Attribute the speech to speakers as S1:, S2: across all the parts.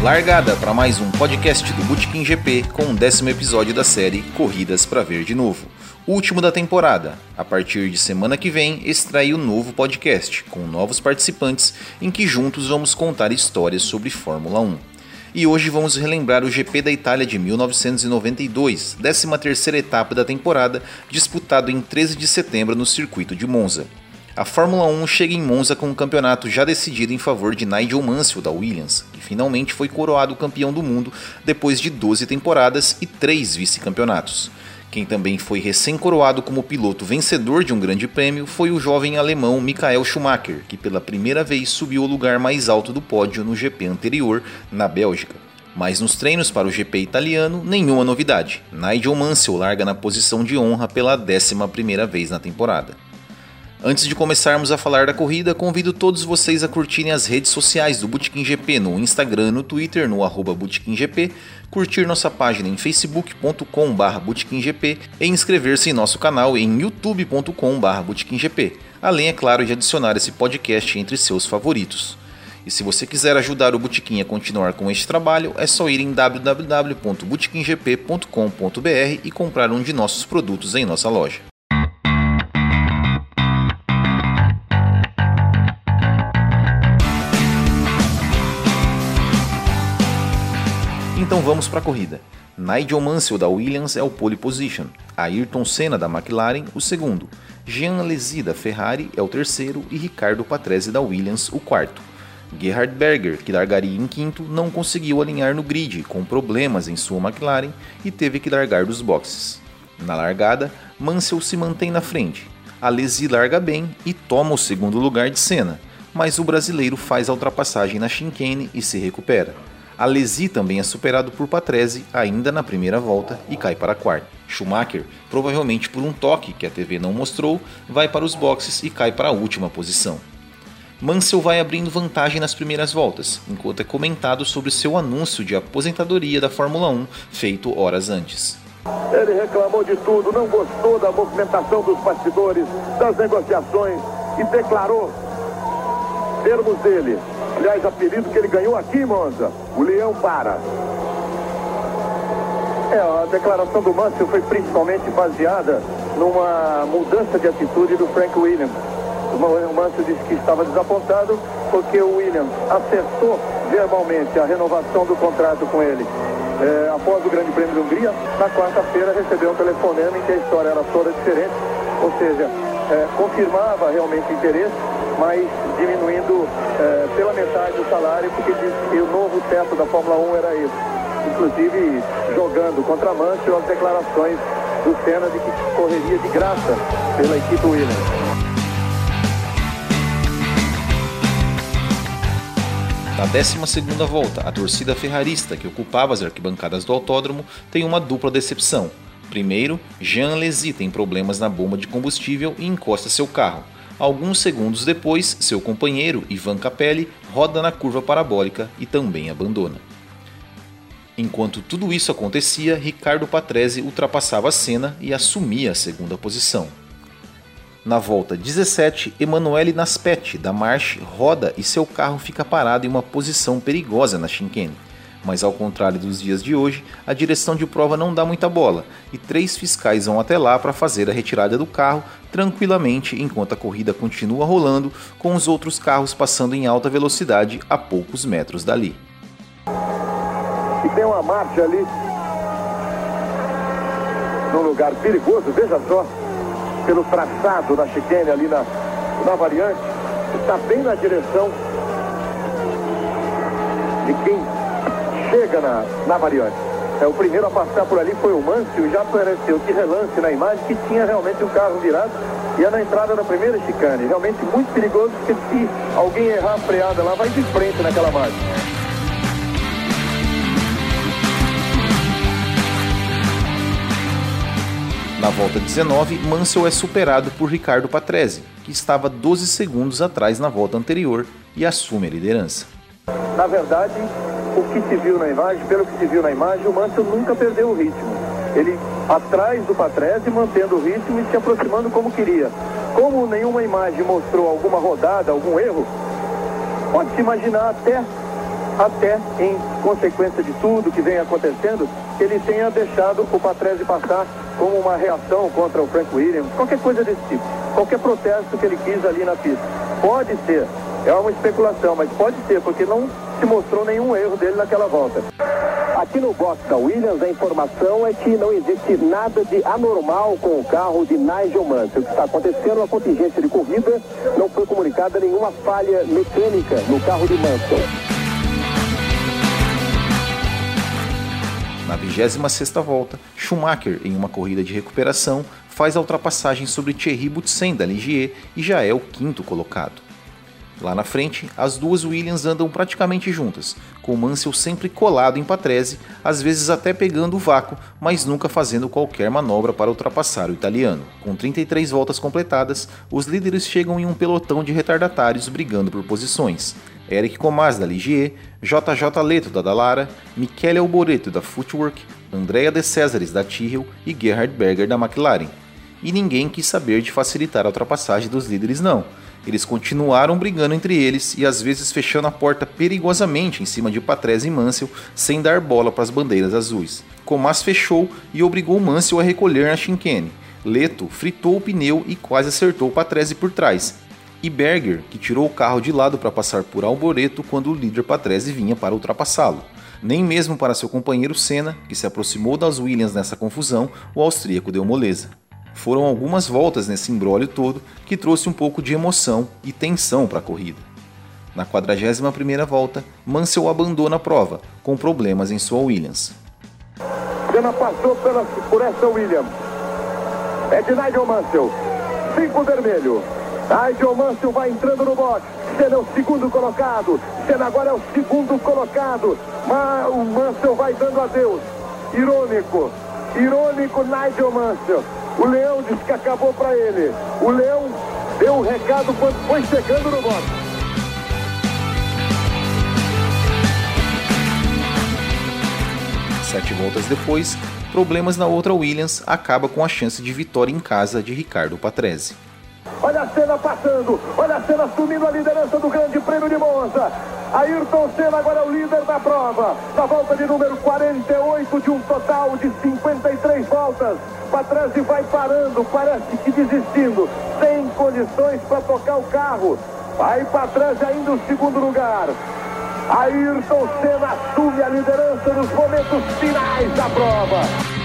S1: Largada para mais um podcast do Botequim GP com o 10º episódio da série Corridas para Ver de Novo. Último da temporada. A partir de semana que vem, extrai um novo podcast, com novos participantes, em que juntos vamos contar histórias sobre Fórmula 1. E hoje vamos relembrar o GP da Itália de 1992, 13ª etapa da temporada, disputado em 13 de setembro no circuito de Monza. A Fórmula 1 chega em Monza com um campeonato já decidido em favor de Nigel Mansell da Williams, que finalmente foi coroado campeão do mundo depois de 12 temporadas e 3 vice-campeonatos. Quem também foi recém-coroado como piloto vencedor de um grande prêmio foi o jovem alemão Michael Schumacher, que pela primeira vez subiu ao lugar mais alto do pódio no GP anterior, na Bélgica. Mas nos treinos para o GP italiano, nenhuma novidade. Nigel Mansell larga na posição de honra pela 11ª vez na temporada. Antes de começarmos a falar da corrida, convido todos vocês a curtirem as redes sociais do Botequim GP no Instagram e no Twitter, no @BotequimGP, curtir nossa página em facebook.com/BotequimGP e inscrever-se em nosso canal em youtube.com/BotequimGP, além, é claro, de adicionar esse podcast entre seus favoritos. E se você quiser ajudar o Botequim a continuar com este trabalho, é só ir em www.botequimgp.com.br e comprar um de nossos produtos em nossa loja. Então vamos para a corrida. Nigel Mansell da Williams é o pole position, Ayrton Senna da McLaren o segundo, Jean Alesi da Ferrari é o terceiro e Riccardo Patrese da Williams o quarto. Gerhard Berger, que largaria em quinto, não conseguiu alinhar no grid com problemas em sua McLaren e teve que largar dos boxes. Na largada, Mansell se mantém na frente. Alesi larga bem e toma o segundo lugar de Senna, mas o brasileiro faz a ultrapassagem na chicane e se recupera. Alesi também é superado por Patrese ainda na primeira volta e cai para a quarta. Schumacher, provavelmente por um toque que a TV não mostrou, vai para os boxes e cai para a última posição. Mansell vai abrindo vantagem nas primeiras voltas, enquanto é comentado sobre seu anúncio de aposentadoria da Fórmula 1 feito horas antes.
S2: Ele reclamou de tudo, não gostou da movimentação dos bastidores, das negociações e declarou termos dele. Aliás, apelido que ele ganhou aqui em Monza, o Leão para. A declaração do Mansell foi principalmente baseada numa mudança de atitude do Frank Williams. O Mansell disse que estava desapontado porque o Williams acertou verbalmente a renovação do contrato com ele. Após o Grande Prêmio da Hungria, na quarta-feira recebeu um telefonema em que a história era toda diferente, ou seja, confirmava realmente interesse, mas diminuindo pela metade o salário, porque disse que o novo teto da Fórmula 1 era esse. Inclusive jogando contra Mansell as declarações do Senna de que correria de graça pela equipe Williams.
S1: Na 12ª volta, a torcida ferrarista que ocupava as arquibancadas do autódromo tem uma dupla decepção. Primeiro, Jean Alesi tem problemas na bomba de combustível e encosta seu carro. Alguns segundos depois, seu companheiro, Ivan Capelli, roda na curva parabólica e também abandona. Enquanto tudo isso acontecia, Riccardo Patrese ultrapassava Senna e assumia a segunda posição. Na volta 17, Emanuele Naspetti, da March, roda e seu carro fica parado em uma posição perigosa na chicane. Mas ao contrário dos dias de hoje, a direção de prova não dá muita bola e 3 fiscais vão até lá para fazer a retirada do carro tranquilamente enquanto a corrida continua rolando, com os outros carros passando em alta velocidade a poucos metros dali.
S2: E tem uma marcha ali, num lugar perigoso, veja só, pelo traçado da chicane ali na variante, está bem na direção de quem chega na variante. O primeiro a passar por ali foi o Mansell, e já apareceu de relance na imagem que tinha realmente um carro virado e é na entrada da primeira chicane. Realmente muito perigoso, porque se alguém errar a freada lá, vai de frente naquela margem.
S1: Na volta 19, Mansell é superado por Riccardo Patrese, que estava 12 segundos atrás na volta anterior e assume a liderança.
S2: Na verdade, o que se viu na imagem, pelo que se viu na imagem, o Mansell nunca perdeu o ritmo. Ele atrás do Patrese, mantendo o ritmo e se aproximando como queria. Como nenhuma imagem mostrou alguma rodada, algum erro, pode-se imaginar até até em consequência de tudo que vem acontecendo, ele tenha deixado o Patrese passar como uma reação contra o Frank Williams, qualquer coisa desse tipo, qualquer protesto que ele quis ali na pista. Pode ser, é uma especulação, mas pode ser, porque não se mostrou nenhum erro dele naquela volta. Aqui no box da Williams, a informação é que não existe nada de anormal com o carro de Nigel Mansell. O que está acontecendo na contingência de corrida, não foi comunicada nenhuma falha mecânica no carro de Mansell.
S1: Na 26ª volta, Schumacher, em uma corrida de recuperação, faz a ultrapassagem sobre Thierry Boutsen da Ligier e já é o 5º colocado. Lá na frente, as duas Williams andam praticamente juntas, com Mansell sempre colado em Patrese, às vezes até pegando o vácuo, mas nunca fazendo qualquer manobra para ultrapassar o italiano. Com 33 voltas completadas, os líderes chegam em um pelotão de retardatários brigando por posições. Eric Comaz da Ligier, JJ Leto da Dallara, Michele Alboreto da Footwork, Andrea De Cesaris da Tyrrell e Gerhard Berger da McLaren. E ninguém quis saber de facilitar a ultrapassagem dos líderes não. Eles continuaram brigando entre eles e às vezes fechando a porta perigosamente em cima de Patrese e Mansell sem dar bola para as bandeiras azuis. Comaz fechou e obrigou Mansell a recolher na chicane. Leto fritou o pneu e quase acertou Patrese por trás. E Berger, que tirou o carro de lado para passar por Alboreto quando o líder Patrese vinha para ultrapassá-lo. Nem mesmo para seu companheiro Senna, que se aproximou das Williams nessa confusão, o austríaco deu moleza. Foram algumas voltas nesse imbróglio todo que trouxe um pouco de emoção e tensão para a corrida. Na 41ª volta, Mansell abandona a prova, com problemas em sua Williams.
S2: Senna passou por essa Williams. É de Nigel Mansell. 5 vermelho. Nigel Mansell vai entrando no box. Senna é o 2º colocado. Senna agora é o 2º colocado. Mas o Mansell vai dando adeus. Irônico, Nigel Mansell. O Leão disse que acabou para ele. O Leão deu um recado quando foi chegando no box.
S1: Sete voltas depois, problemas na outra Williams acaba com a chance de vitória em casa de Riccardo Patrese.
S2: Olha a Senna passando, olha a Senna assumindo a liderança do Grande Prêmio de Monza. Ayrton Senna agora é o líder da prova, na volta de número 48 de um total de 53 voltas. Patrese vai parando, parece que desistindo, sem condições para tocar o carro. Vai Patrese ainda o 2º lugar. Ayrton Senna assume a liderança nos momentos finais da prova.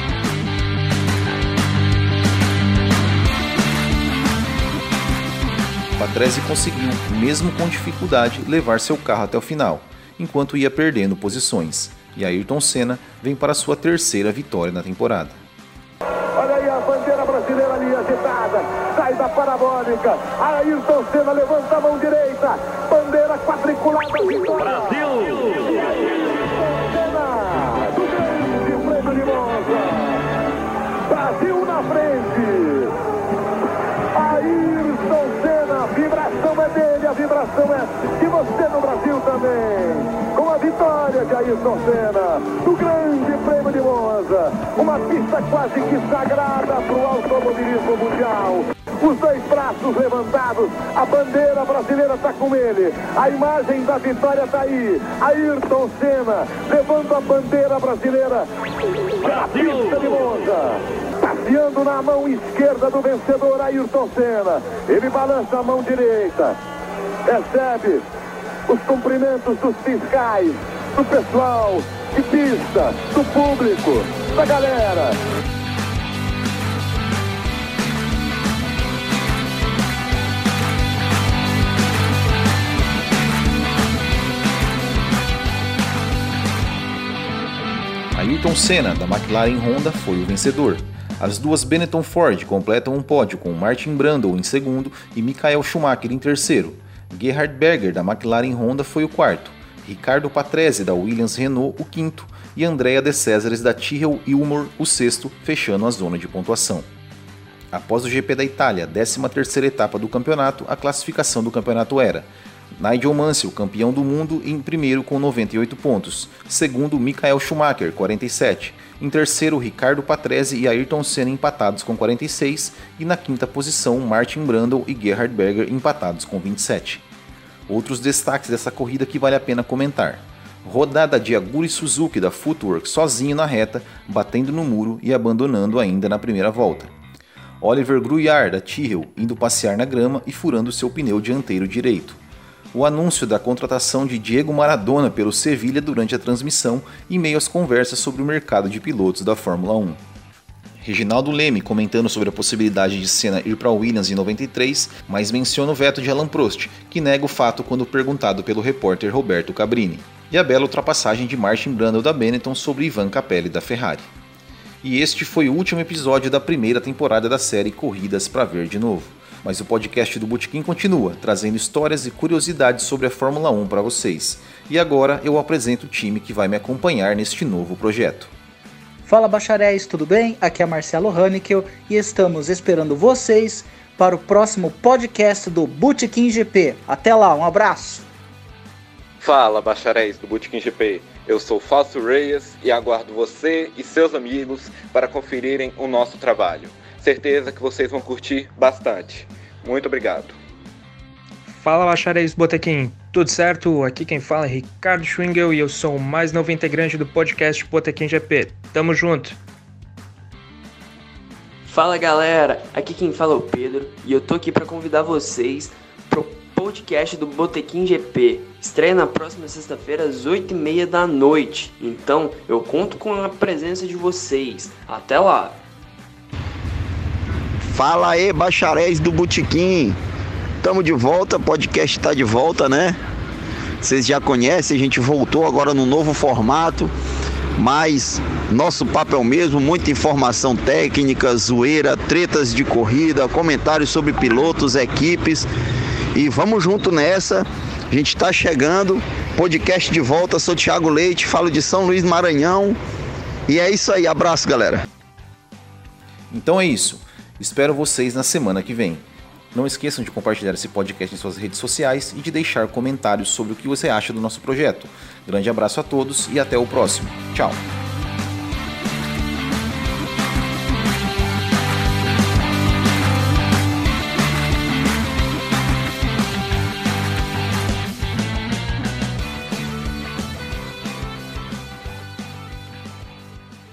S1: Patrese conseguiu, mesmo com dificuldade, levar seu carro até o final, enquanto ia perdendo posições, e Ayrton Senna vem para sua 3ª vitória na temporada.
S2: Olha aí a bandeira brasileira ali agitada, sai da parabólica, Ayrton Senna levanta a mão direita, bandeira quadriculada, vitória! Brasil! Senna, do Grande Prêmio de Monza, Brasil na frente, Ayrton Senna, a vibração é dele, a vibração é de você no Brasil também. Com a vitória de Ayrton Senna, do Grande Prêmio de Monza, uma pista quase que sagrada para o automobilismo mundial. Os 2 braços levantados, a bandeira brasileira está com ele, a imagem da vitória está aí, Ayrton Senna levando a bandeira brasileira para a pista de Monza. Passeando na mão esquerda do vencedor Ayrton Senna, ele balança a mão direita, recebe os cumprimentos dos fiscais, do pessoal de pista, do público, da galera.
S1: Ayrton Senna, da McLaren Honda, foi o vencedor. As duas Benetton Ford completam um pódio com Martin Brundle em 2º e Michael Schumacher em 3º. Gerhard Berger, da McLaren Honda, foi o 4º. Riccardo Patrese, da Williams Renault, o 5º. E Andrea De Cesaris, da Tyrrell Ilmor, o 6º, fechando a zona de pontuação. Após o GP da Itália, 13ª etapa do campeonato, a classificação do campeonato era: Nigel Mansell, campeão do mundo, em 1º com 98 pontos. 2º, Michael Schumacher, 47. Em 3º, Riccardo Patrese e Ayrton Senna empatados com 46. E na 5ª posição, Martin Brundle e Gerhard Berger empatados com 27. Outros destaques dessa corrida que vale a pena comentar. Rodada de Aguri Suzuki da Footwork sozinho na reta, batendo no muro e abandonando ainda na primeira volta. Oliver Gruyard da Tyrrell indo passear na grama e furando seu pneu dianteiro direito. O anúncio da contratação de Diego Maradona pelo Sevilha durante a transmissão em meio às conversas sobre o mercado de pilotos da Fórmula 1. Reginaldo Leme comentando sobre a possibilidade de Senna ir para a Williams em 93, mas menciona o veto de Alain Prost, que nega o fato quando perguntado pelo repórter Roberto Cabrini. E a bela ultrapassagem de Martin Brundle da Benetton sobre Ivan Capelli da Ferrari. E este foi o último episódio da primeira temporada da série Corridas para Ver de Novo. Mas o podcast do Botequim continua, trazendo histórias e curiosidades sobre a Fórmula 1 para vocês. E agora eu apresento o time que vai me acompanhar neste novo projeto.
S3: Fala bacharéis, tudo bem? Aqui é Marcelo Hannickel e estamos esperando vocês para o próximo podcast do Botequim GP. Até lá, um abraço!
S4: Fala bacharéis do Botequim GP, eu sou Fausto Reyes e aguardo você e seus amigos para conferirem o nosso trabalho. Certeza que vocês vão curtir bastante. Muito obrigado.
S5: Fala bacharéis do Botequim, tudo certo? Aqui quem fala é Ricardo Schwingel e eu sou o mais novo integrante do podcast Botequim GP. Tamo junto!
S6: Fala galera, aqui quem fala é o Pedro e eu tô aqui para convidar vocês pro podcast do Botequim GP. Estreia na próxima sexta-feira às 8h30 da noite. Então eu conto com a presença de vocês. Até lá!
S7: Fala aí, bacharéis do Botequim! Tamo de volta, o podcast tá de volta, né? Vocês já conhecem, a gente voltou agora no novo formato, mas nosso papo é o mesmo, muita informação técnica, zoeira, tretas de corrida, comentários sobre pilotos, equipes, e vamos junto nessa, a gente tá chegando, podcast de volta, sou Thiago Leite, falo de São Luís Maranhão, e é isso aí, abraço galera.
S1: Então é isso, espero vocês na semana que vem. Não esqueçam de compartilhar esse podcast em suas redes sociais e de deixar comentários sobre o que você acha do nosso projeto. Grande abraço a todos e até o próximo. Tchau!